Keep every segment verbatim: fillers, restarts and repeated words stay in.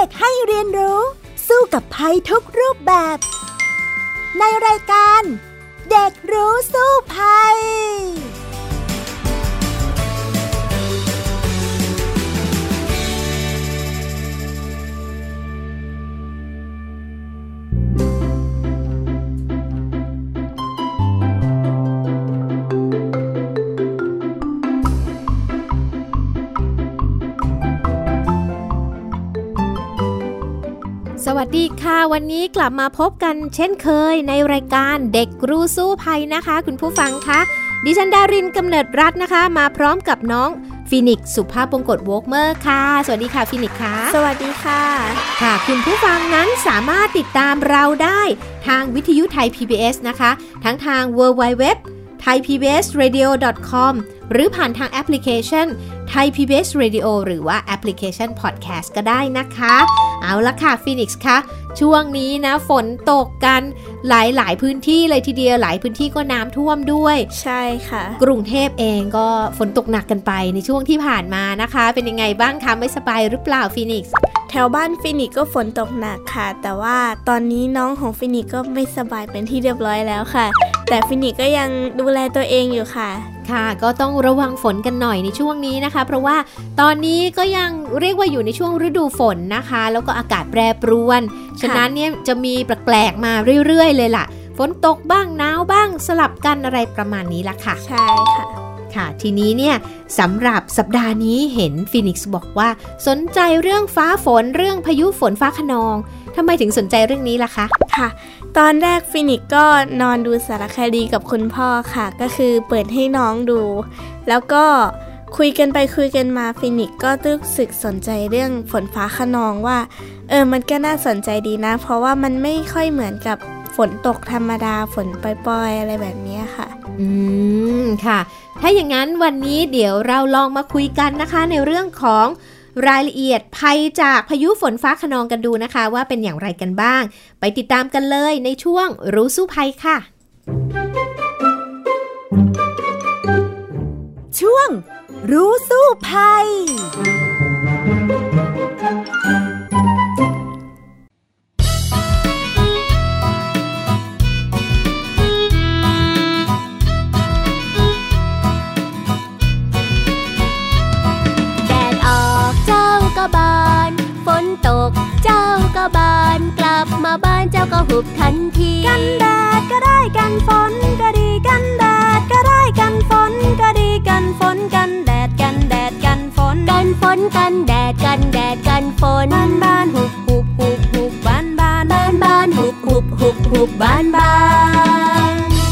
กให้เรียนรู้สู้กับภัยทุกรูปแบบในรายการเด็กรู้สู้ภัยสวัสดีค่ะวันนี้กลับมาพบกันเช่นเคยในรายการเด็กรู้สู้ภัยนะคะคุณผู้ฟังคะดิฉันดารินกำเนิดรัตน์นะคะมาพร้อมกับน้องฟีนิกซ์สุภาพบงกตวอล์กเมอร์ค่ะสวัสดีค่ะฟีนิกซ์ค่ะสวัสดีค่ะค่ะคุณผู้ฟังนั้นสามารถติดตามเราได้ทางวิทยุไทย พี บี เอส นะคะทั้งทาง ดับเบิลยู ดับเบิลยู ดับเบิลยู ดอท ไทยพีบีเอสเรดิโอ ดอท คอม หรือผ่านทางแอปพลิเคชัน Thai พี บี เอส Radio หรือว่าแอปพลิเคชัน Podcast ก็ได้นะคะเอาละค่ะฟีนิกซ์คะช่วงนี้นะฝนตกกันหลายๆพื้นที่เลยทีเดียวหลายพื้นที่ก็น้ำท่วมด้วยใช่ค่ะกรุงเทพเองก็ฝนตกหนักกันไปในช่วงที่ผ่านมานะคะเป็นยังไงบ้างคะไม่สบายหรือเปล่าฟีนิกซ์แถวบ้านฟีนิกซ์ก็ฝนตกหนักค่ะแต่ว่าตอนนี้น้องของฟีนิกซ์ก็ไม่สบายเป็นที่เรียบร้อยแล้วค่ะแต่ฟีนิกซ์ก็ยังดูแลตัวเองอยู่ค่ะค่ะก็ต้องระวังฝนกันหน่อยในช่วงนี้นะคะเพราะว่าตอนนี้ก็ยังเรียกว่าอยู่ในช่วงฤดูฝนนะคะแล้วก็อากาศแปรปรวนฉะนั้นเนี่ยจะมีแปลกๆมาเรื่อยๆเลยล่ะฝนตกบ้างหนาวบ้างสลับกันอะไรประมาณนี้ล่ะค่ะใช่ค่ะค่ะทีนี้เนี่ยสำหรับสัปดาห์นี้เห็นฟีนิกซ์บอกว่าสนใจเรื่องฟ้าฝนเรื่องพายุฝนฟ้าคะนองทำไมถึงสนใจเรื่องนี้ล่ะคะค่ะตอนแรกฟีนิกซ์ก็นอนดูสารคดีกับคุณพ่อค่ะก็คือเปิดให้น้องดูแล้วก็คุยกันไปคุยกันมาฟีนิกซ์ก็รู้สึกสนใจเรื่องฝนฟ้าคะนองว่าเออมันก็น่าสนใจดีนะเพราะว่ามันไม่ค่อยเหมือนกับฝนตกธรรมดาฝนปล่อยๆอะไรแบบนี้ค่ะอืมค่ะถ้าอย่างนั้นวันนี้เดี๋ยวเราลองมาคุยกันนะคะในเรื่องของรายละเอียดภัยจากพายุฝนฟ้าคะนองกันดูนะคะว่าเป็นอย่างไรกันบ้างไปติดตามกันเลยในช่วงรู้สู้ภัยค่ะช่วงรู้สู้ภัยบานฝนตกเจ้าก็บานกลับมาบ้านเจ้าก็หุบทันทีกันแดดก็ได้กันฝนก็ดีกันแดดก็ได้กันฝนก็ดีกันฝนกันแดดกันแดดกันฝนกันฝนกันแดดกันแดดกันฝนบ้านบ้านหุบหุบหุบหุบบ้านบ้านบ้านบ้านหุบหุบหุบหุบบ้านบ้าน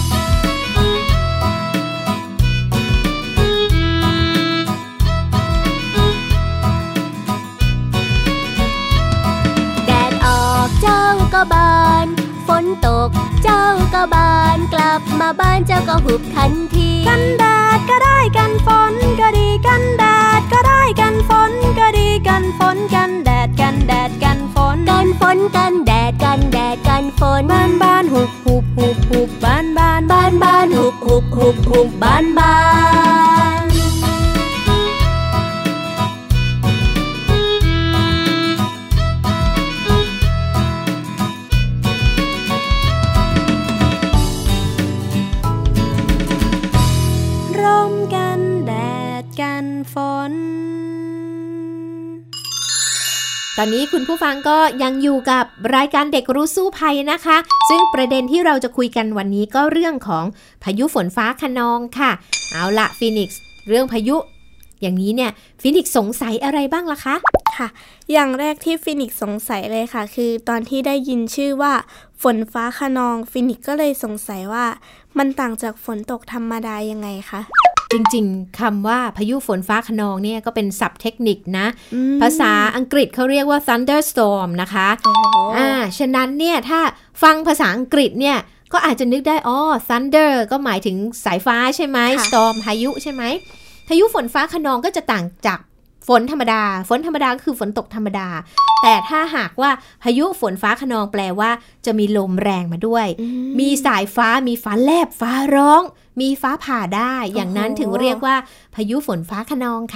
ก็บานฝนตกเจ้าก็บานกลับมาบ้านเจ้าก็หุบทันทีกันแดดก็ได้กันฝนก็ดีกันแดดก็ได้กันฝนก็ดีกันฝนกันแดดกันแดดกันฝนกันฝนกันแดดกันแดดกันฝนบ้านบ้านหุบหุบหุบหุบบ้านบ้านบ้านบ้านหุบหุบหุบหุบบ้านบ้านตอนนี้คุณผู้ฟังก็ยังอยู่กับรายการเด็กรู้สู้ภัยนะคะซึ่งประเด็นที่เราจะคุยกันวันนี้ก็เรื่องของพายุฝนฟ้าคะนองค่ะเอาละฟีนิกซ์เรื่องพายุอย่างนี้เนี่ยฟีนิกซ์สงสัยอะไรบ้างล่ะคะค่ะอย่างแรกที่ฟีนิกซ์สงสัยเลยค่ะคือตอนที่ได้ยินชื่อว่าฝนฟ้าคะนองฟีนิกซ์ก็เลยสงสัยว่ามันต่างจากฝนตกธรรมดายังไงคะจริงๆคำว่าพายุฝนฟ้าคะนองเนี่ยก็เป็นศัพท์เทคนิคนะภาษาอังกฤษเขาเรียกว่า thunderstorm นะคะอ่าฉะนั้นเนี่ยถ้าฟังภาษาอังกฤษเนี่ยก็อาจจะนึกได้อ๋อ thunder ก็หมายถึงสายฟ้าใช่ไหม storm พายุใช่ไหมพายุฝนฟ้าคะนองก็จะต่างจากฝนธรรมดาฝนธรรมดาก็คือฝนตกธรรมดาแต่ถ้าหากว่าพายุฝนฟ้าคะนองแปลว่าจะมีลมแรงมาด้วยมีสายฟ้ามีฟ้าแลบฟ้าร้องมีฟ้าผ่าได้อย่างนั้นถึงเรียกว่าพายุฝนฟ้าคะนองค่ะ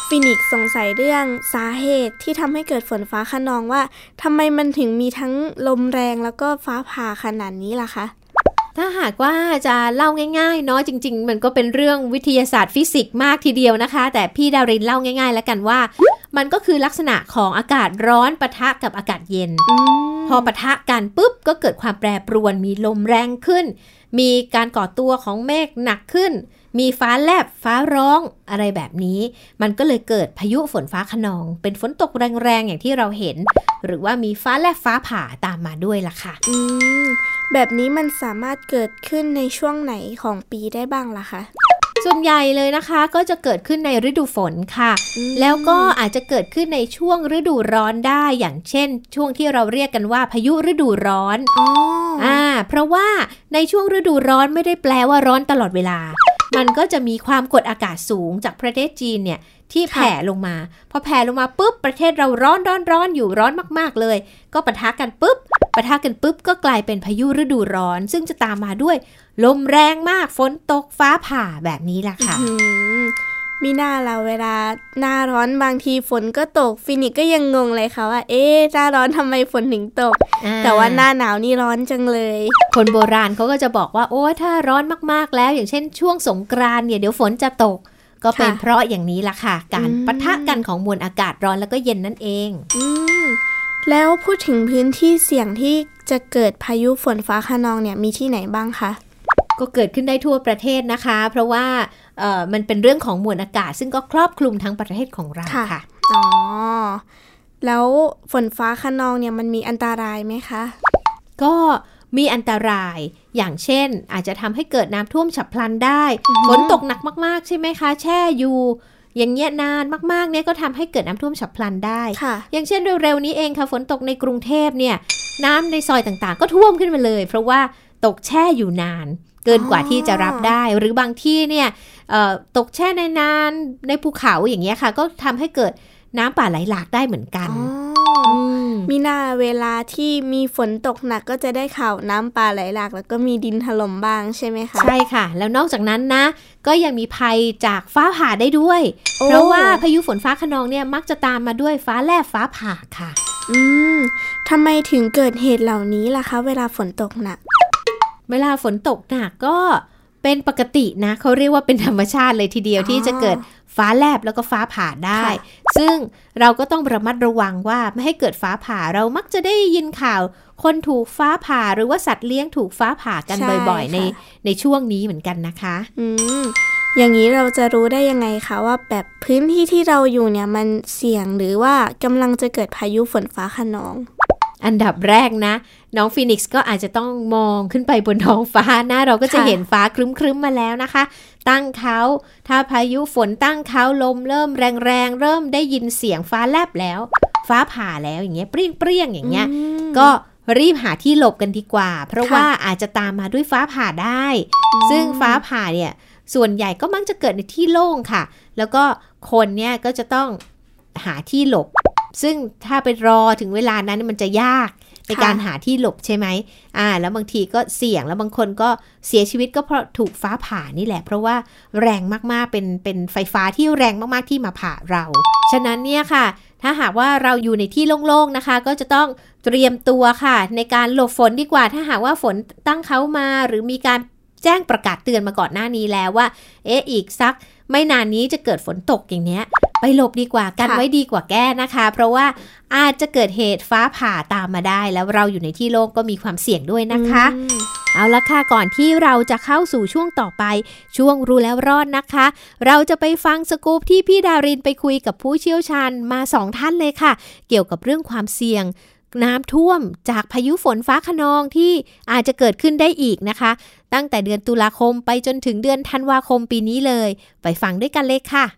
ฟินิกซ์สงสัยเรื่องสาเหตุที่ทำให้เกิดฝนฟ้าคะนองว่าทำไมมันถึงมีทั้งลมแรงแล้วก็ฟ้าผ่าขนาดนี้ล่ะคะถ้าหากว่าจะเล่าง่ายๆเนาะจริงๆมันก็เป็นเรื่องวิทยาศาสตร์ฟิสิกส์มากทีเดียวนะคะแต่พี่ดารินเล่าง่ายๆแล้วกันว่ามันก็คือลักษณะของอากาศร้อนปะทะกับอากาศเย็นพอปะทะกันปุ๊บก็เกิดความแปรปรวนมีลมแรงขึ้นมีการก่อตัวของเมฆหนักขึ้นมีฟ้าแลบฟ้าร้องอะไรแบบนี้มันก็เลยเกิดพายุฝนฟ้าคะนองเป็นฝนตกแรงๆอย่างที่เราเห็นหรือว่ามีฟ้าแลบฟ้าผ่าตามมาด้วยล่ะค่ะอืมแบบนี้มันสามารถเกิดขึ้นในช่วงไหนของปีได้บ้างล่ะคะส่วนใหญ่เลยนะคะก็จะเกิดขึ้นในฤดูฝนค่ะแล้วก็อาจจะเกิดขึ้นในช่วงฤดูร้อนได้อย่างเช่นช่วงที่เราเรียกกันว่าพายุฤดูร้อนอ๋ออ่าเพราะว่าในช่วงฤดูร้อนไม่ได้แปลว่าร้อนตลอดเวลามันก็จะมีความกดอากาศสูงจากประเทศจีนเนี่ยที่แผ่ลงมาพอแผ่ลงมาปุ๊บประเทศเราร้อนร้อนร้อนอยู่ร้อนมากๆเลยก็ปะทะกันปุ๊บปะทะกันปุ๊บก็กลายเป็นพายุฤดูร้อนซึ่งจะตามมาด้วยลมแรงมากฝนตกฟ้าผ่าแบบนี้ล่ะค่ะมีหน้าเราเวลาหน้าร้อนบางทีฝนก็ตกฟินิกก็ยังงงเลยค่ะว่าเอ๊ะหน้าร้อนทำไมฝนถึงตกแต่ว่าหน้าหนาวนี่ร้อนจังเลยคนโบราณเขาก็จะบอกว่าโอ้ถ้าร้อนมากๆแล้วอย่างเช่นช่วงสงกรานต์เนี่ยเดี๋ยวฝนจะตกก็เป็นเพราะอย่างนี้ล่ะค่ะการปะทะกันของมวลอากาศร้อนแล้วก็เย็นนั่นเองอืมแล้วพูดถึงพื้นที่เสี่ยงที่จะเกิดพายุฝนฟ้าคะนองเนี่ยมีที่ไหนบ้างคะก็เกิดขึ้นได้ทั่วประเทศนะคะเพราะว่าเอ่อมันเป็นเรื่องของมวลอากาศซึ่งก็ครอบคลุมทั้งประเทศของเราค่ะอ๋อแล้วฝนฟ้าคะนองเนี่ยมันมีอันตรายไหมคะก็มีอันตรายอย่างเช่นอาจจะทำให้เกิดน้ำท่วมฉับพลันได้ฝนตกหนักมากๆใช่ไหมคะแช่อยู่อย่างเงี้ยนานมากๆเนี่ยก็ทำให้เกิดน้ำท่วมฉับพลันได้อย่างเช่นเร็วๆนี้เองค่ะฝนตกในกรุงเทพเนี่ยน้ำในซอยต่างๆก็ท่วมขึ้นมาเลยเพราะว่าตกแช่อยู่นานเกินกว่าที่จะรับได้หรือบางที่เนี่ยตกแช่ในนานในภูเขาอย่างเงี้ยค่ะก็ทำให้เกิดน้ำป่าไหลหลากได้เหมือนกันมีหน้าเวลาที่มีฝนตกหนักก็จะได้ข่าวน้ำป่าไหลหลากแล้วก็มีดินถล่มบ้างใช่ไหมคะใช่ค่ะแล้วนอกจากนั้นนะก็ยังมีภัยจากฟ้าผ่าได้ด้วยเพราะว่าพายุฝนฟ้าคะนองเนี่ยมักจะตามมาด้วยฟ้าแลบฟ้าผ่าค่ะอืมทำไมถึงเกิดเหตุเหล่านี้ล่ะคะเวลาฝนตกหนักเวลาฝนตกหนักก็เป็นปกตินะเขาเรียกว่าเป็นธรรมชาติเลยทีเดียวที่จะเกิดฟ้าแลบแล้วก็ฟ้าผ่าได้ซึ่งเราก็ต้องระมัดระวังว่าไม่ให้เกิดฟ้าผ่าเรามักจะได้ยินข่าวคนถูกฟ้าผ่าหรือว่าสัตว์เลี้ยงถูกฟ้าผ่ากันบ่อยๆในในช่วงนี้เหมือนกันนะคะอืมอย่างนี้เราจะรู้ได้ยังไงคะว่าแบบพื้นที่ที่เราอยู่เนี่ยมันเสี่ยงหรือว่ากำลังจะเกิดพายุฝนฟ้าคะนองอันดับแรกนะน้องฟีนิกซ์ก็อาจจะต้องมองขึ้นไปบนท้องฟ้านะเราก็จะเห็นฟ้าครึ้มๆมาแล้วนะคะตั้งเขาถ้าพายุฝนตั้งเขาลมเริ่มแรงๆเริ่มได้ยินเสียงฟ้าแลบแล้วฟ้าผ่าแล้วอย่างเงี้ยเปรี้ยงๆอย่างเงี้ยก็รีบหาที่หลบกันดีกว่าเพราะว่าอาจจะตามมาด้วยฟ้าผ่าได้ซึ่งฟ้าผ่าเนี่ยส่วนใหญ่ก็มักจะเกิดในที่โล่งค่ะแล้วก็คนเนี่ยก็จะต้องหาที่หลบซึ่งถ้าไปรอถึงเวลานั้นมันจะยากในการหาที่หลบใช่ไหมอ่าแล้วบางทีก็เสี่ยงแล้วบางคนก็เสียชีวิตก็เพราะถูกฟ้าผ่านี่แหละเพราะว่าแรงมากๆเป็นเป็นไฟฟ้าที่แรงมากๆที่มาผ่าเราฉะนั้นเนี่ยค่ะถ้าหากว่าเราอยู่ในที่โล่งๆนะคะก็จะต้องเตรียมตัวค่ะในการหลบฝนดีกว่าถ้าหากว่าฝนตั้งเขามาหรือมีการแจ้งประกาศเตือนมาก่อนหน้านี้แล้วว่าเอ๊ะอีกสักไม่นานนี้จะเกิดฝนตกอย่างเนี้ยไปหลบดีกว่ากันไว้ดีกว่าแก้นะคะเพราะว่าอาจจะเกิดเหตุฟ้าผ่าตามมาได้แล้วเราอยู่ในที่โล่งก็มีความเสี่ยงด้วยนะคะเอาละค่ะก่อนที่เราจะเข้าสู่ช่วงต่อไปช่วงรู้แล้วรอดนะคะเราจะไปฟังสกู๊ปที่พี่ดารินไปคุยกับผู้เชี่ยวชาญมาสองท่านเลยค่ะเกี่ยวกับเรื่องความเสี่ยงน้ำท่วมจากพายุฝนฟ้าคะนองที่อาจจะเกิดขึ้นได้อีกนะคะตั้งแต่เดือนตุลาคมไปจนถึงเดือนธันวาคมปีนี้เลยไปฟังด้วยกันเลยค่ะ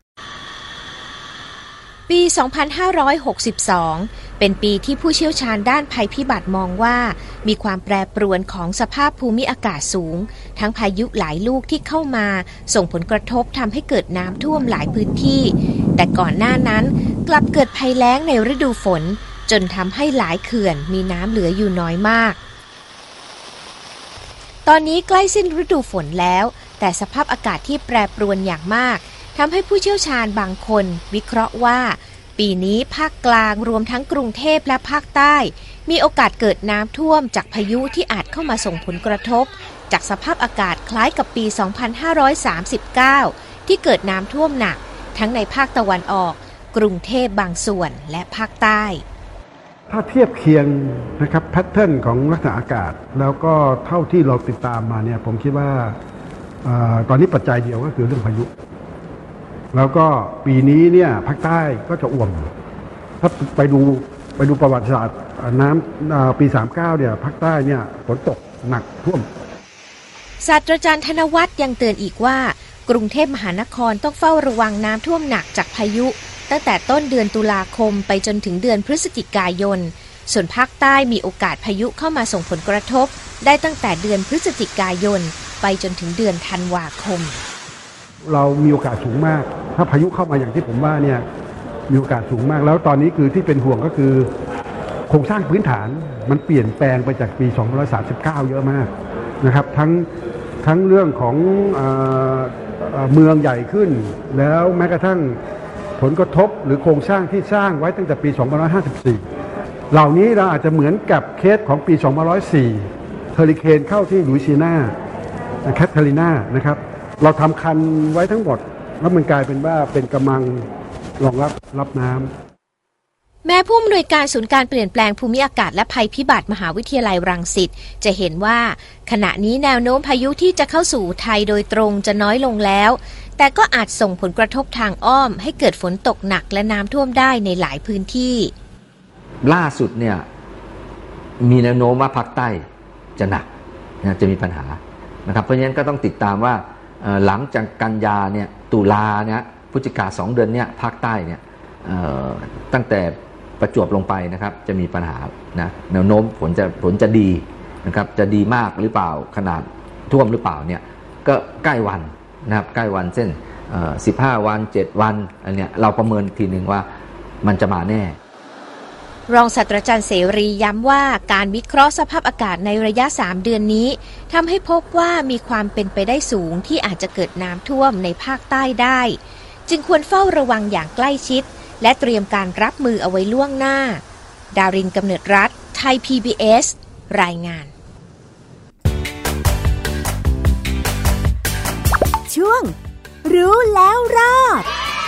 ปี สองพันห้าร้อยหกสิบสอง เป็นปีที่ผู้เชี่ยวชาญด้านภัยพิบัติมองว่ามีความแปรปรวนของสภาพภูมิอากาศสูงทั้งพายุหลายลูกที่เข้ามาส่งผลกระทบทำให้เกิดน้ำท่วมหลายพื้นที่แต่ก่อนหน้านั้นกลับเกิดภัยแล้งในฤดูฝนจนทำให้หลายเขื่อนมีน้ำเหลืออยู่น้อยมากตอนนี้ใกล้สิ้นฤดูฝนแล้วแต่สภาพอากาศที่แปรปรวนอย่างมากทำให้ผู้เชี่ยวชาญบางคนวิเคราะห์ว่าปีนี้ภาคกลางรวมทั้งกรุงเทพและภาคใต้มีโอกาสเกิดน้ำท่วมจากพายุที่อาจเข้ามาส่งผลกระทบจากสภาพอากาศคล้ายกับปี สองพันห้าร้อยสามสิบเก้า ที่เกิดน้ำท่วมหนักทั้งในภาคตะวันออกกรุงเทพบางส่วนและภาคใต้ถ้าเทียบเคียงนะครับแพทเทิร์นของลักษณะอากาศแล้วก็เท่าที่เราติดตามมาเนี่ยผมคิดว่าตอนนี้ปัจจัยเดียวก็คือเรื่องพายุแล้วก็ปีนี้เนี่ยภาคใต้ก็จะอ่วมถ้าไปดูไปดูประวัติศาสตร์น้ำปีสามสิบเก้าเนี่ยภาคใต้เนี่ยฝนตกหนักท่วมศาสตราจารย์ธนวัฒน์ยังเตือนอีกว่ากรุงเทพมหานครต้องเฝ้าระวังน้ำท่วมหนักจากพายุตั้งแต่ต้นเดือนตุลาคมไปจนถึงเดือนพฤศจิกายนส่วนภาคใต้มีโอกาสพายุเข้ามาส่งผลกระทบได้ตั้งแต่เดือนพฤศจิกายนไปจนถึงเดือนธันวาคมเรามีโอกาสสูงมากถ้าพายุเข้ามาอย่างที่ผมว่าเนี่ยมีโอกาสสูงมากแล้วตอนนี้คือที่เป็นห่วงก็คือโครงสร้างพื้นฐานมันเปลี่ยนแปลงไปจากปีสองพันห้าร้อยสามสิบเก้าเยอะมากนะครับทั้งทั้งเรื่องของเอ่อเอ่อเมืองใหญ่ขึ้นแล้วแม้กระทั่งผลกระทบหรือโครงสร้างที่สร้างไว้ตั้งแต่ปีสองพันห้าร้อยห้าสิบสี่เหล่านี้เราอาจจะเหมือนกับเคสของปีสองพันห้าร้อยสี่เฮอริเคนเข้าที่ลุยเซียนาแคทเธอรีนานะครับเราทำคันไว้ทั้งหมดแล้วมันกลายเป็นว่าเป็นกำลังรองรับรับน้ำแม้ผู้อำนวยการศูนย์การเปลี่ยนแปลงภูมิอากาศและภัยพิบัติมหาวิทยาลัยรังสิตจะเห็นว่าขณะนี้แนวโน้มพายุที่จะเข้าสู่ไทยโดยตรงจะน้อยลงแล้วแต่ก็อาจส่งผลกระทบทางอ้อมให้เกิดฝนตกหนักและน้ำท่วมได้ในหลายพื้นที่ล่าสุดเนี่ยมีแนวโน้มว่าภาคใต้จะหนักนะจะมีปัญหานะครับเพราะฉะนั้นก็ต้องติดตามว่าหลังจากกันยาเนี่ยตุลาเนี่ยพฤศจิกาสองเดือนเนี่ยภาคใต้เนี่ยตั้งแต่ประจวบลงไปนะครับจะมีปัญหานะแนวโน้มฝนจะฝนจะดีนะครับจะดีมากหรือเปล่าขนาดท่วมหรือเปล่าเนี่ยก็ใกล้วันนะครับใกล้วันเช่นสิบห้าวันเจ็ดวันอันเนี้ยเราประเมินทีนึงว่ามันจะมาแน่รองศาสตราจารย์เสรีย้ำว่าการวิเคราะห์สภาพอากาศในระยะสามเดือนนี้ทำให้พบว่ามีความเป็นไปได้สูงที่อาจจะเกิดน้ำท่วมในภาคใต้ได้จึงควรเฝ้าระวังอย่างใกล้ชิดและเตรียมการรับมือเอาไว้ล่วงหน้าดารินกำเนิดรัฐไทย พี บี เอส รายงานช่วงรู้แล้วรอด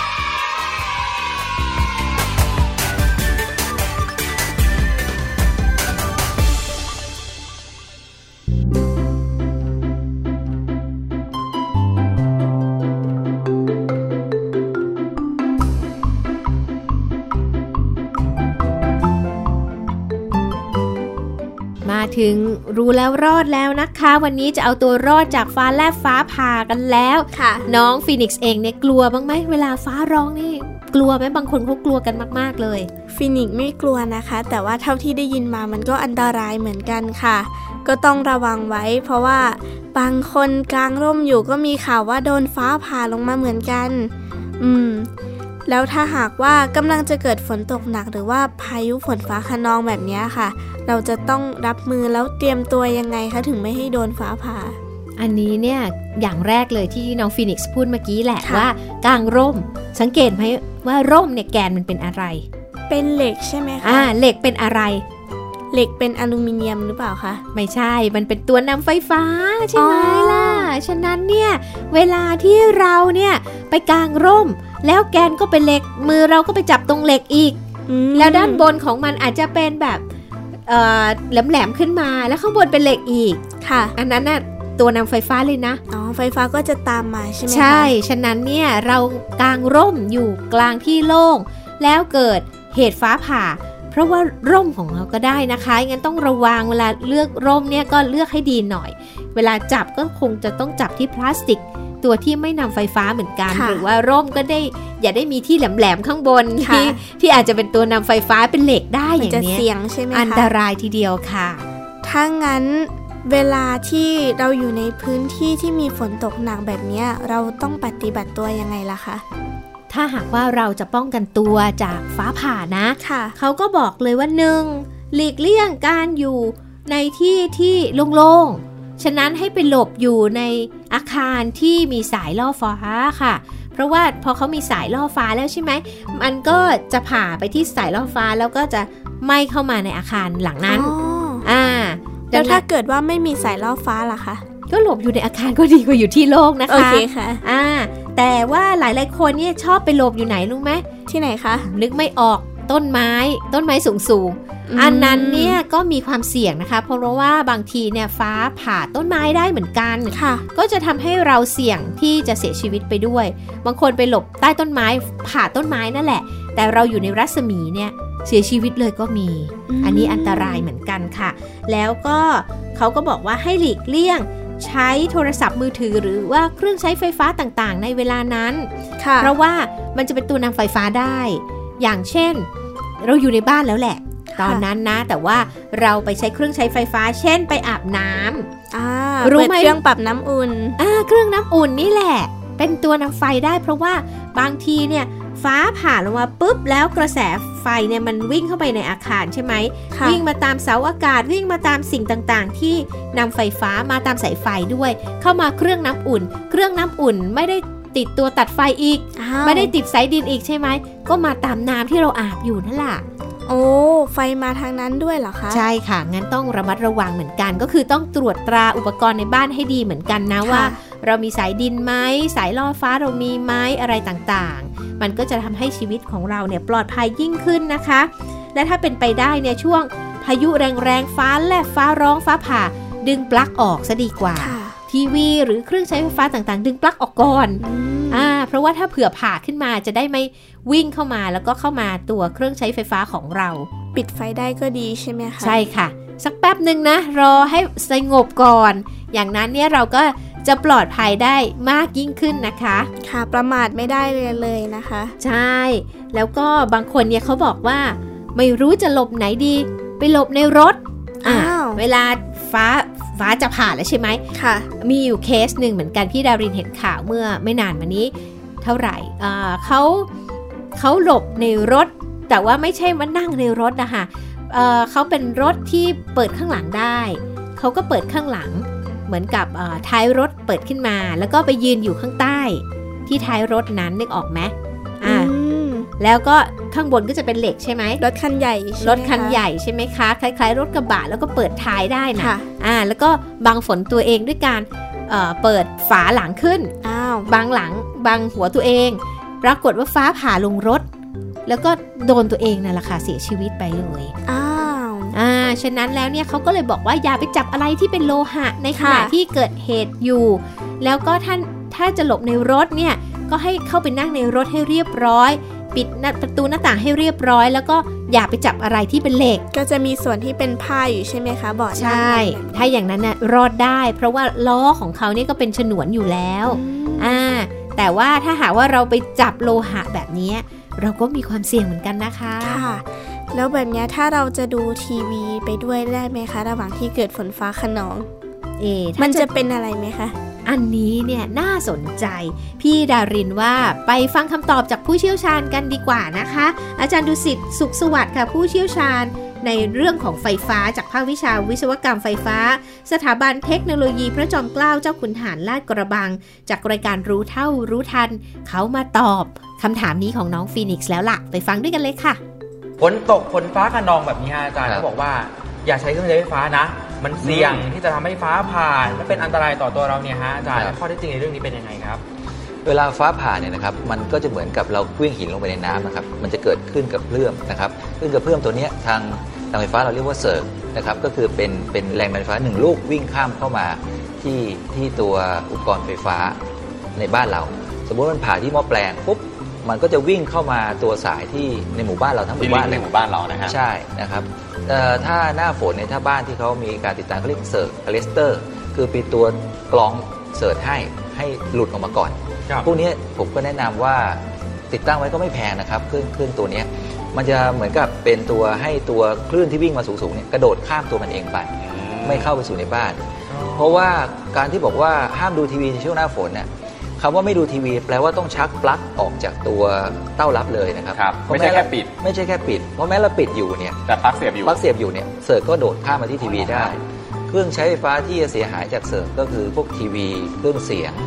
ถึงรู้แล้วรอดแล้วนะคะวันนี้จะเอาตัวรอดจากฟ้าแลบฟ้าผ่ากันแล้วค่ะน้องฟีนิกซ์เองเนี่ยกลัวบ้างไหมเวลาฟ้าร้องนี่กลัวไหมบางคนเขากลัวกันมากๆเลยฟีนิกซ์ไม่กลัวนะคะแต่ว่าเท่าที่ได้ยินมามันก็อันตรายเหมือนกันค่ะก็ต้องระวังไว้เพราะว่าบางคนกลางร่มอยู่ก็มีข่าวว่าโดนฟ้าผ่าลงมาเหมือนกันอืมแล้วถ้าหากว่ากำลังจะเกิดฝนตกหนักหรือว่าพายุฝนฟ้าคะนองแบบนี้ค่ะเราจะต้องรับมือแล้วเตรียมตัวยังไงคะถึงไม่ให้โดนฟ้าผ่าอันนี้เนี่ยอย่างแรกเลยที่น้องฟีนิกซ์พูดเมื่อกี้แหละว่ากางร่มสังเกตไหมว่าร่มเนี่ยแกนมันเป็นอะไรเป็นเหล็กใช่ไหมคะอ่าเหล็กเป็นอะไรเหล็กเป็นอลูมิเนียมหรือเปล่าคะไม่ใช่มันเป็นตัวนำไฟฟ้าใช่ไหมล่ะฉะนั้นเนี่ยเวลาที่เราเนี่ยไปกางร่มแล้วแกนก็เป็นเหล็กมือเราก็ไปจับตรงเหล็กอีกแล้วด้านบนของมันอาจจะเป็นแบบแหลมๆขึ้นมาแล้วข้างบนเป็นเหล็กอีกค่ะอันนั้นน่ะตัวนำไฟฟ้าเลยนะอ๋อไฟฟ้าก็จะตามมาใช่ไหมคะใช่ฉะนั้นเนี่ยเรากางร่มอยู่กลางที่โล่งแล้วเกิดเหตุฟ้าผ่าเพราะว่าร่มของเราก็ได้นะคะงั้นต้องระวังเวลาเลือกร่มเนี่ยก็เลือกให้ดีหน่อยเวลาจับก็คงจะต้องจับที่พลาสติกตัวที่ไม่นำไฟฟ้าเหมือนกันหรือว่าร่มก็ได้อย่าได้มีที่แหลมๆข้างบนที่ที่อาจจะเป็นตัวนำไฟฟ้าเป็นเหล็กได้อย่างนี้จะเสี่ยงใช่ไหมคะอันตรายทีเดียวค่ะถ้างั้นเวลาที่เราอยู่ในพื้นที่ที่มีฝนตกหนักแบบนี้เราต้องปฏิบัติตัวยังไงล่ะคะถ้าหากว่าเราจะป้องกันตัวจากฟ้าผ่านะค่ะเขาก็บอกเลยว่าหนึ่งหลีกเลี่ยงการอยู่ในที่ที่โล่งๆฉะนั้นให้ไปหลบอยู่ในอาคารที่มีสายล่อฟ้าค่ะเพราะว่าพอเขามีสายล่อฟ้าแล้วใช่ไหมมันก็จะผ่าไปที่สายล่อฟ้าแล้วก็จะไหม้เข้ามาในอาคารหลังนั้นอ่าแล้วถ้าเกิดว่าไม่มีสายล่อฟ้าล่ะคะก็หลบอยู่ในอาคารก็ดีกว่าอยู่ที่โล่งนะคะโอเคค่ะอ่าแต่ว่าหลายๆคนเนี่ยชอบไปหลบอยู่ไหนรู้ไหมที่ไหนคะนึกไม่ออกต้นไม้ต้นไม้สูงๆอันนั้นเนี่ยก็มีความเสี่ยงนะคะเพราะว่าบางทีเนี่ยฟ้าผ่าต้นไม้ได้เหมือนกันก็จะทำให้เราเสี่ยงที่จะเสียชีวิตไปด้วยบางคนไปหลบใต้ต้นไม้ผ่าต้นไม้นั่นแหละแต่เราอยู่ในรัศมีเนี่ยเสียชีวิตเลยก็มี อ, อันนี้อันตรายเหมือนกันค่ะแล้วก็เขาก็บอกว่าให้หลีกเลี่ยงใช้โทรศัพท์มือถือหรือว่าเครื่องใช้ไฟฟ้าต่างๆในเวลานั้นเพราะว่ามันจะเป็นตัวนำไฟฟ้าได้อย่างเช่นเราอยู่ในบ้านแล้วแหละตอนนั้นนะแต่ว่าเราไปใช้เครื่องใช้ไฟฟ้าเช่นไปอาบน้ำรู้ไหมเครื่องปรับน้ำอุ่นอ่าเครื่องน้ำอุ่นนี่แหละเป็นตัวนำไฟได้เพราะว่าบางทีเนี่ยฟ้าผ่าลงมาปุ๊บแล้วกระแสไฟเนี่ยมันวิ่งเข้าไปในอาคารใช่ไหมวิ่งมาตามเสาอากาศวิ่งมาตามสิ่งต่างๆที่นำไฟฟ้ามาตามสายไฟด้วยเข้ามาเครื่องน้ำอุ่นเครื่องน้ำอุ่นไม่ได้ติดตัวตัดไฟอีกไม่ได้ติดสายดินอีกใช่ไหมก็มาตามน้ำที่เราอาบอยู่นั่นแหละโอ้ไฟมาทางนั้นด้วยเหรอคะใช่ค่ะงั้นต้องระมัดระวังเหมือนกันก็คือต้องตรวจตราอุปกรณ์ในบ้านให้ดีเหมือนกันนะว่าเรามีสายดินไหมสายล่อฟ้าเรามีไหมอะไรต่างๆมันก็จะทำให้ชีวิตของเราเนี่ยปลอดภัยยิ่งขึ้นนะคะและถ้าเป็นไปได้เนี่ยช่วงพายุแรงๆฟ้าแลบฟ้าร้องฟ้าผ่าดึงปลั๊กออกซะดีกว่าทีวีหรือเครื่องใช้ไฟฟ้าต่างๆดึงปลั๊กออกก่อนอ่าเพราะว่าถ้าเผื่อผ่าขึ้นมาจะได้ไม่วิ่งเข้ามาแล้วก็เข้ามาตัวเครื่องใช้ไฟฟ้าของเราปิดไฟได้ก็ดีใช่ไหมคะใช่ค่ะสักแป๊บนึงนะรอให้สงบก่อนอย่างนั้นเนี่ยเราก็จะปลอดภัยได้มากยิ่งขึ้นนะคะค่ะประมาทไม่ได้เลยเลยนะคะใช่แล้วก็บางคนเนี่ยเขาบอกว่าไม่รู้จะหลบไหนดีไปหลบในรถอ้าวเวลาฟ้าฟ้าจะผ่าแล้วใช่ไหมค่ะมีอยู่เคสหนึ่งเหมือนกันพี่ดารินเห็นข่าวเมื่อไม่นานมานี้เท่าไหร่อ่าเขาเขาหลบในรถแต่ว่าไม่ใช่ว่านั่งในรถนะคะเอ่อเขาเป็นรถที่เปิดข้างหลังได้เขาก็เปิดข้างหลังเหมือนกับท้ายรถเปิดขึ้นมาแล้วก็ไปยืนอยู่ข้างใต้ที่ท้ายรถนั้นนึกออกไหมอ่าแล้วก็ข้างบนก็จะเป็นเหล็กใช่ไหมรถคันใหญ่รถคันใหญ่ใช่ไหมคะคล้ายๆรถกระบะแล้วก็เปิดท้ายได้นะอ่าแล้วก็บังฝนตัวเองด้วยการเอ่อเปิดฝาหลังขึ้นอ้าวบังหลังบังหัวตัวเองปรากฏว่าฟ้าผ่าลงรถแล้วก็โดนตัวเองนั่นแหละค่ะเสียชีวิตไปเลยอ้าวอ่าฉะนั้นแล้วเนี่ยเขาก็เลยบอกว่าอย่าไปจับอะไรที่เป็นโลหะในขณะที่เกิดเหตุอยู่แล้วก็ท่านถ้าจะหลบในรถเนี่ยก็ให้เข้าไปนั่งในรถให้เรียบร้อยปิดประตูหน้าต่างให้เรียบร้อยแล้วก็อย่าไปจับอะไรที่เป็นเหล็กก็จะมีส่วนที่เป็นผ้าอยู่ใช่ไหมคะเบาะนั่งใช่ถ้าอย่างนั้นน่ะรอดได้เพราะว่าล้อของเขาเนี่ยก็เป็นฉนวนอยู่แล้วอ่าแต่ว่าถ้าหากว่าเราไปจับโลหะแบบนี้เราก็มีความเสี่ยงเหมือนกันนะคะค่ะแล้วแบบนี้ถ้าเราจะดูทีวีไปด้วยได้ไหมคะระหว่างที่เกิดฝนฟ้าคะนองเอ๊ะมันจะเป็นอะไรไหมคะอันนี้เนี่ยน่าสนใจพี่ดารินว่าไปฟังคำตอบจากผู้เชี่ยวชาญกันดีกว่านะคะอาจารย์ดุสิตสุขสวัสดิ์ค่ะผู้เชี่ยวชาญในเรื่องของไฟฟ้าจากภาควิชาวิศวกรรมไฟฟ้าสถาบันเทคโนโลยีพระจอมเกล้าเจ้าขุนหารลาดกระบังจากรายการรู้เท่ารู้ทันเขามาตอบคำถามนี้ของน้องฟีนิกซ์แล้วล่ะไปฟังด้วยกันเลยค่ะฝนตกฝนฟ้าคะนองแบบนี้อาจารย์เขาบอกว่าอย่าใช้เครื่องใช้ไฟฟ้านะมันเสี่ยงที่จะทำให้ฟ้าผ่าและเป็นอันตรายต่อตัวเราเนี่ยฮะอาจารย์ข้อเท็จจริงในเรื่องนี้เป็นยังไงครับเวลาฟ้าผ่าเนี่ยนะครับมันก็จะเหมือนกับเราเคลื่อนหินลงไปในน้ำนะครับมันจะเกิดขึ้นกับเพื่อมนะครับขึ้นกับเพื่อมตัวนี้ทางทางไฟฟ้าเราเรียกว่าเซิร์ฟนะครับก็คือเป็นเป็นแรงดันไฟฟ้าหนึ่งลูกวิ่งข้ามเข้ามาที่ที่ตัวอุปกรณ์ไฟฟ้าในบ้านเราสมมติมันผ่าที่หม้อแปลงปุ๊บมันก็จะวิ่งเข้ามาตัวสายที่ในหมู่บ้านเราทั้งหมู่บ้านในหมู่บ้านเรานะฮะใช่นะครับถ้าหน้าฝนเนี่ยถ้าบ้านที่เขามีการติดตั้งเขาเรียกเซิร์ฟอะเลสเตอร์คือเป็นตัวกรองเสิร์ชให้ให้หลุดออกมาก่อนพวกนี้ผมก็แนะนำว่าติดตั้งไว้ก็ไม่แพงนะครับเครื่องเครื่องตัวนี้มันจะเหมือนกับเป็นตัวให้ตัวคลื่นที่วิ่งมาสูงๆเนี่ยกระโดดข้ามตัวมันเองไปไม่เข้าไปสู่ในบ้านเพราะว่าการที่บอกว่าห้ามดูทีวีในช่วงหน้าฝนเนี่ยคำว่าไม่ดูทีวีแปลว่าต้องชักปลั๊กออกจากตัวเต้ารับเลยนะครับไม่ใช่แค่ปิดไม่ใช่แค่ปิดเพราะแม้เราปิดอยู่เนี่ยแต่ปลั๊กเสียบอยู่ปลั๊กเสียบอยู่เนี่ยเสิร์ฟก็โดดข้ามมาที่ทีวีได้เครื่องใช้ไฟฟ้าที่จะเสียหายจากเสิร์ฟก็คือพวกทีวีเครื่องเสียง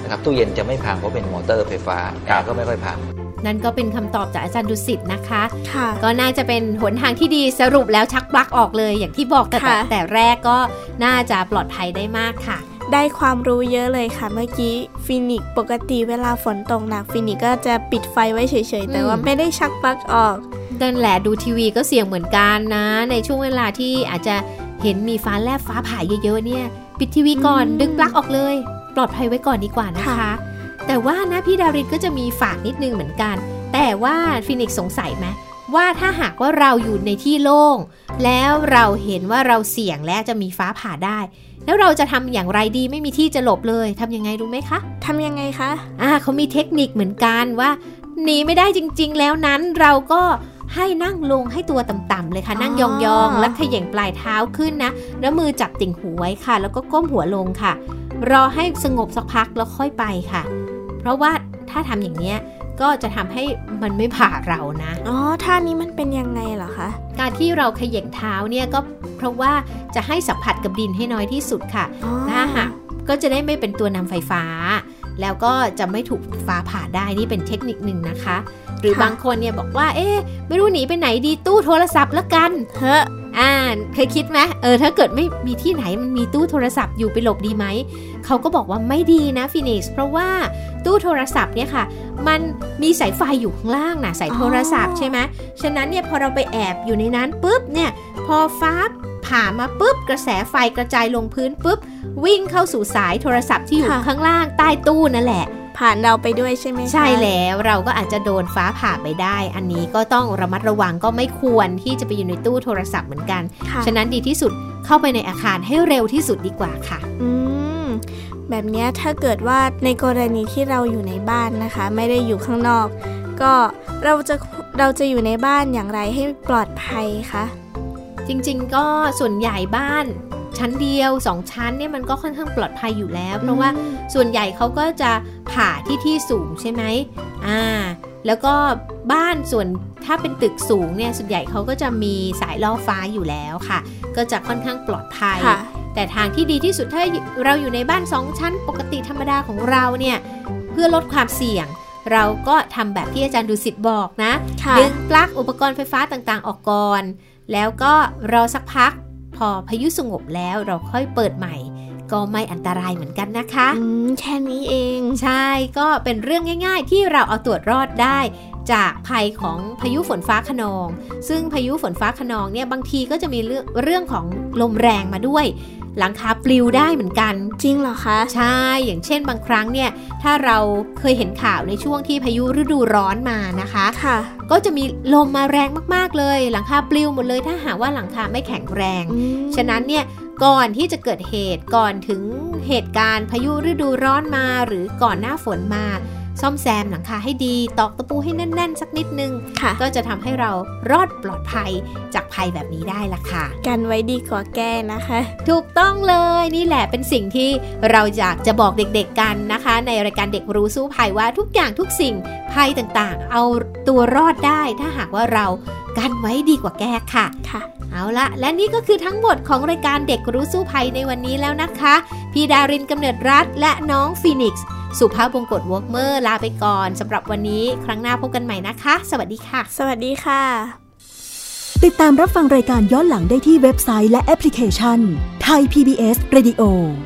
นะครับตู้เย็นจะไม่พังเพราะเป็นมอเตอร์ไฟฟ้าแอร์ก็ไม่ค่อยพังนั่นก็เป็นคำตอบจากอาจารย์ดุสิตนะคะค่ะก็น่าจะเป็นหนทางที่ดีสรุปแล้วชักปลั๊กออกเลยอย่างที่บอกแต่แต่แรกก็น่าจะปลอดภัยได้มากค่ะได้ความรู้เยอะเลยค่ะเมื่อกี้ฟินิกปกติเวลาฝนตกหนักฟินิกก็จะปิดไฟไว้เฉยๆแต่ว่าไม่ได้ชักปลั๊กออกนั่นแหละดูทีวีก็เสี่ยงเหมือนกันนะในช่วงเวลาที่อาจจะเห็นมีฟ้าแลบฟ้าผ่าเยอะๆเนี่ยปิดทีวีก่อนดึงปลั๊กออกเลยปลอดภัยไว้ก่อนดีกว่านะคะแต่ว่านะพี่ดารินก็จะมีฝากนิดนึงเหมือนกันแต่ว่าฟินิกสงสัยไหมว่าถ้าหากว่าเราอยู่ในที่โล่งแล้วเราเห็นว่าเราเสี่ยงและจะมีฟ้าผ่าได้แล้วเราจะทำอย่างไรดีไม่มีที่จะหลบเลยทำยังไงรู้ไหมคะทำยังไงคะอ่าเขามีเทคนิคเหมือนกันว่าหนีไม่ได้จริงๆแล้วนั้นเราก็ให้นั่งลงให้ตัวต่ำๆเลยค่ะนั่งยองๆแล้วเขย่งปลายเท้าขึ้นนะแล้วมือจับติ่งหูไว้ค่ะแล้วก็ก้มหัวลงค่ะรอให้สงบสักพักแล้วค่อยไปค่ะเพราะว่าถ้าทำอย่างนี้ก็จะทำให้มันไม่ผ่าเรานะอ๋อท่านี้มันเป็นยังไงเหรอคะการที่เราเขย่งเท้าเนี่ยก็เพราะว่าจะให้สัมผัสกับดินให้น้อยที่สุดค่ะนะคะก็จะได้ไม่เป็นตัวนำไฟฟ้าแล้วก็จะไม่ถูกฟ้าผ่าได้นี่เป็นเทคนิคหนึ่งนะคะหรือบางคนเนี่ยบอกว่าเอ๊ะไม่รู้หนีไปไหนดีตู้โทรศัพท์ละกันเฮ้ออ่าเคยคิดไหมเออถ้าเกิดไม่มีที่ไหนมันมีตู้โทรศัพท์อยู่ไปหลบดีไหมเขาก็บอกว่าไม่ดีนะฟินิกซ์เพราะว่าตู้โทรศัพท์เนี่ยค่ะมันมีสายไฟอยู่ข้างล่างนะสายโทรศัพท์ใช่ไหมฉะนั้นเนี่ยพอเราไปแอบอยู่ในนั้นปุ๊บเนี่ยพอฟ้าผ่ามาปุ๊บกระแสไฟกระจายลงพื้นปุ๊บวิ่งเข้าสู่สายโทรศัพท์ที่อยู่ข้างล่างใต้ตู้นั่นแหละผ่านเราไปด้วยใช่ไหมคะใช่แล้วเราก็อาจจะโดนฟ้าผ่าไปได้อันนี้ก็ต้องระมัดระวังก็ไม่ควรที่จะไปอยู่ในตู้โทรศัพท์เหมือนกันฉะนั้นดีที่สุดเข้าไปในอาคารให้เร็วที่สุดดีกว่าค่ะอืมแบบนี้ถ้าเกิดว่าในกรณีที่เราอยู่ในบ้านนะคะไม่ได้อยู่ข้างนอกก็เราจะเราจะอยู่ในบ้านอย่างไรให้ปลอดภัยคะจริงๆก็ส่วนใหญ่บ้านชั้นเดียวสองชั้นเนี่ยมันก็ค่อนข้างปลอดภัยอยู่แล้วเพราะว่าส่วนใหญ่เขาก็จะผ่าที่ที่สูงใช่ไหมอ่าแล้วก็บ้านส่วนถ้าเป็นตึกสูงเนี่ยส่วนใหญ่เขาก็จะมีสายล่อฟ้าอยู่แล้วค่ะก็จะค่อนข้างปลอดภัยแต่ทางที่ดีที่สุดถ้าเราอยู่ในบ้านสองชั้นปกติธรรมดาของเราเนี่ยเพื่อลดความเสี่ยงเราก็ทำแบบที่อาจารย์ดุสิตบอกนะดึงปลั๊กอุปกรณ์ไฟฟ้าต่างๆออกก่อนแล้วก็รอสักพักพอพายุสงบแล้วเราค่อยเปิดใหม่ก็ไม่อันตรายเหมือนกันนะคะอืมแค่นี้เองใช่ก็เป็นเรื่องง่ายๆที่เราเอาตัวรอดได้จากภัยของพายุฝนฟ้าคะนองซึ่งพายุฝนฟ้าคะนองเนี่ยบางทีก็จะมีเรื่องเรื่องของลมแรงมาด้วยหลังคาปลิวได้เหมือนกันจริงเหรอคะใช่อย่างเช่นบางครั้งเนี่ยถ้าเราเคยเห็นข่าวในช่วงที่พายุฤดูร้อนมานะคะค่ะก็จะมีลมมาแรงมากๆเลยหลังคาปลิวหมดเลยถ้าหากว่าหลังคาไม่แข็งแรงฉะนั้นเนี่ยก่อนที่จะเกิดเหตุก่อนถึงเหตุการณ์พายุฤดูร้อนมาหรือก่อนหน้าฝนมาซ่อมแซมหลังคาให้ดีตอกตะปูให้แน่นๆสักนิดนึงก็จะทำให้เรารอดปลอดภัยจากภัยแบบนี้ได้ล่ะค่ะกันไว้ดีกว่าแก้นะคะถูกต้องเลยนี่แหละเป็นสิ่งที่เราอยากจะบอกเด็กๆกันนะคะในรายการเด็กรู้สู้ภัยว่าทุกอย่างทุกสิ่งภัยต่างๆเอาตัวรอดได้ถ้าหากว่าเรากันไว้ดีกว่าแก้ค่ะค่ะเอาละและนี่ก็คือทั้งหมดของรายการเด็กรู้สู้ภัยในวันนี้แล้วนะคะพี่ดารินกำเนิดรัตน์และน้องฟีนิกซ์สุภาพบงกตวอล์กเมอร์ลาไปก่อนสำหรับวันนี้ครั้งหน้าพบกันใหม่นะคะสวัสดีค่ะสวัสดีค่ะติดตามรับฟังรายการย้อนหลังได้ที่เว็บไซต์และแอปพลิเคชัน Thai พี บี เอส Radio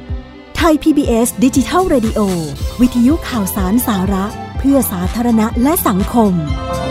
Thai พี บี เอส Digital Radio วิทยุข่าวสารสาระเพื่อสาธารณะและสังคม